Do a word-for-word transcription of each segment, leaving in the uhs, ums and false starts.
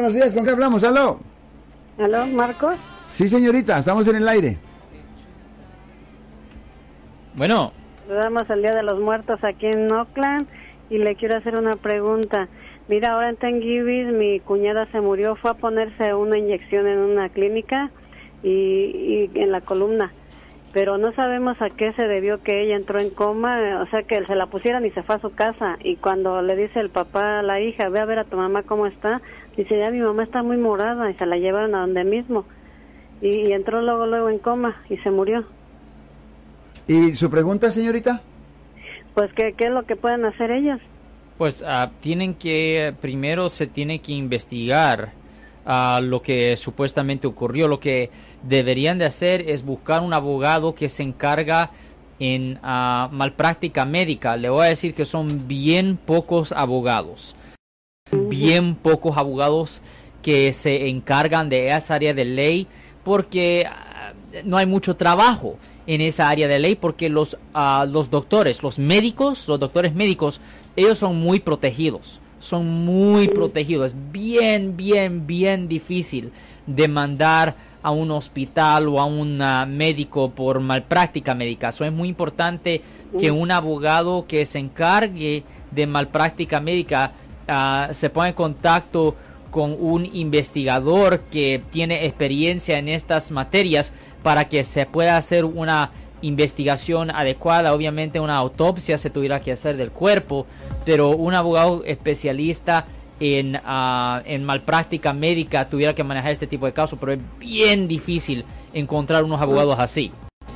Buenos días, ¿con qué hablamos? ¿Aló? ¿Aló, Marcos? Sí, señorita, estamos en el aire. Bueno. Saludamos el Día de los Muertos aquí en Oakland y le quiero hacer una pregunta. Mira, ahora en Thanksgiving mi cuñada se murió, fue a ponerse una inyección en una clínica y, y en la columna, pero no sabemos a qué se debió que ella entró en coma, o sea que se la pusieron y se fue a su casa, y cuando le dice el papá a la hija, ve a ver a tu mamá cómo está, dice, ya mi mamá está muy morada, y se la llevaron a donde mismo, y, y entró luego luego en coma y se murió. ¿Y su pregunta, señorita? Pues, ¿qué, qué es lo que pueden hacer ellos? Pues uh, tienen que, primero se tiene que investigar uh, lo que supuestamente ocurrió. Lo que deberían de hacer es buscar un abogado que se encarga en uh, malpráctica médica. Le voy a decir que son bien pocos abogados, bien pocos abogados que se encargan de esa área de ley, porque uh, no hay mucho trabajo en esa área de ley, porque los, uh, los doctores, los médicos, los doctores médicos, ellos son muy protegidos, son muy protegidos. Es bien, bien, bien difícil demandar a un hospital o a un uh, médico por malpráctica médica. Eso es muy importante que un abogado que se encargue de malpráctica médica uh, se ponga en contacto con un investigador que tiene experiencia en estas materias para que se pueda hacer una investigación adecuada. Obviamente una autopsia se tuviera que hacer del cuerpo, pero un abogado especialista en, uh, en malpráctica médica tuviera que manejar este tipo de casos, pero es bien difícil encontrar unos abogados así.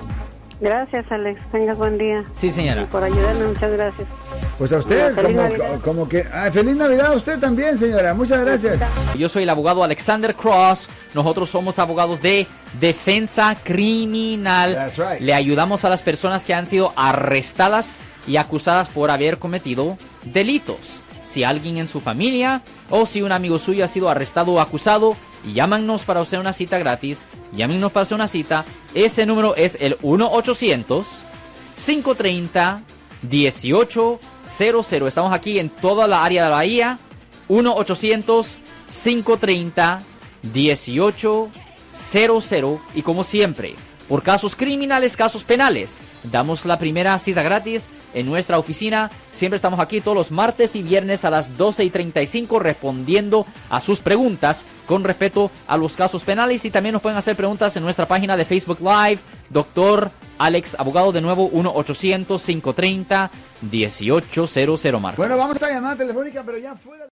Gracias, Alex. Tengas buen día. Sí, señora. Y por ayudarme, muchas gracias. Pues a usted, como, como que... Ah, feliz Navidad a usted también, señora. Muchas gracias. Yo soy el abogado Alexander Cross. Nosotros somos abogados de defensa criminal. That's right. Le ayudamos a las personas que han sido arrestadas y acusadas por haber cometido delitos. Si alguien en su familia o si un amigo suyo ha sido arrestado o acusado, llámanos para hacer una cita gratis. Llámenos para hacer una cita. Ese número es el uno ochocientos, cinco treinta, dieciocho cero cero. Estamos aquí en toda la área de la Bahía. uno ochocientos, cinco treinta, dieciocho cero cero. Y como siempre, por casos criminales, casos penales, damos la primera cita gratis en nuestra oficina. Siempre estamos aquí todos los martes y viernes a las doce y treinta y cinco respondiendo a sus preguntas con respecto a los casos penales. Y también nos pueden hacer preguntas en nuestra página de Facebook Live. Doctor Alex Abogado, de nuevo, uno ochocientos, cinco treinta, dieciocho cero cero, Marco. Bueno, vamos a la llamada telefónica, pero ya fuera...